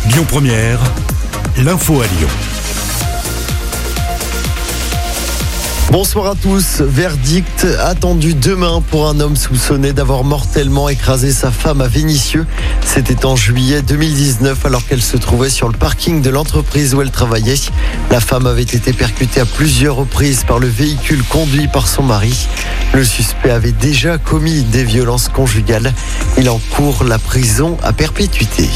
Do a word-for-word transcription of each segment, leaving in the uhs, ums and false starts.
Lyon Première, l'info à Lyon. Bonsoir à tous. Verdict attendu demain pour un homme soupçonné d'avoir mortellement écrasé sa femme à Vénissieux. C'était en juillet deux mille dix-neuf alors qu'elle se trouvait sur le parking de l'entreprise où elle travaillait. La femme avait été percutée à plusieurs reprises par le véhicule conduit par son mari. Le suspect avait déjà commis des violences conjugales. Il encourt la prison à perpétuité.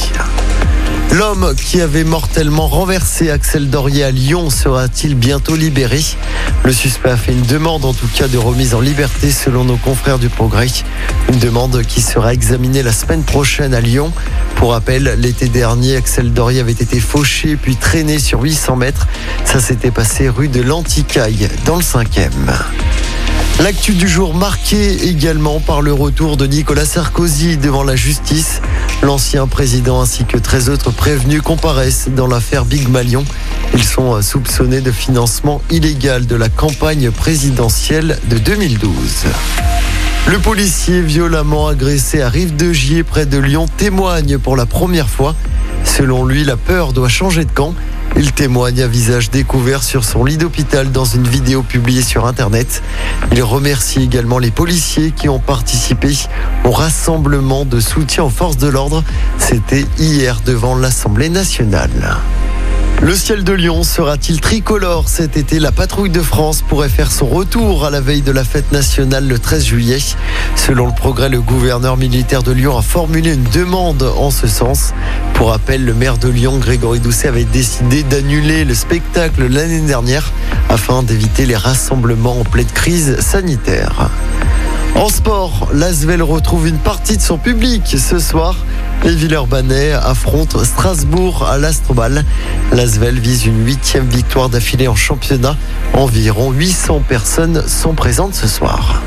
L'homme qui avait mortellement renversé Axel Dorier à Lyon sera-t-il bientôt libéré ? Le suspect a fait une demande en tout cas de remise en liberté selon nos confrères du Progrès. Une demande qui sera examinée la semaine prochaine à Lyon. Pour rappel, l'été dernier, Axel Dorier avait été fauché puis traîné sur huit cents mètres. Ça s'était passé rue de l'Anticaille dans le cinquième. L'actu du jour marquée également par le retour de Nicolas Sarkozy devant la justice. L'ancien président ainsi que treize autres prévenus comparaissent dans l'affaire Big Malion. Ils sont soupçonnés de financement illégal de la campagne présidentielle de deux mille douze. Le policier violemment agressé à Rive-de-Gier près de Lyon témoigne pour la première fois. Selon lui, la peur doit changer de camp. Il témoigne à visage découvert sur son lit d'hôpital dans une vidéo publiée sur Internet. Il remercie également les policiers qui ont participé au rassemblement de soutien aux forces de l'ordre. C'était hier devant l'Assemblée nationale. Le ciel de Lyon sera-t-il tricolore cet été ? La patrouille de France pourrait faire son retour à la veille de la fête nationale le treize juillet. Selon le Progrès, le gouverneur militaire de Lyon a formulé une demande en ce sens. Pour rappel, le maire de Lyon, Grégory Doucet, avait décidé d'annuler le spectacle l'année dernière afin d'éviter les rassemblements en pleine crise sanitaire. En sport, l'Asvel retrouve une partie de son public ce soir. Les Villeurbanais affrontent Strasbourg à l'Astrobal. L'Asvel vise une huitième victoire d'affilée en championnat. Environ huit cents personnes sont présentes ce soir.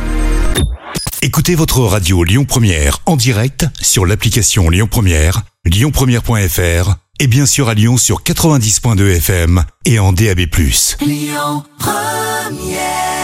Écoutez votre radio Lyon Première en direct sur l'application Lyon Première, lyon première point f r et bien sûr à Lyon sur quatre-vingt-dix point deux F M et en D A B plus. Lyon Première.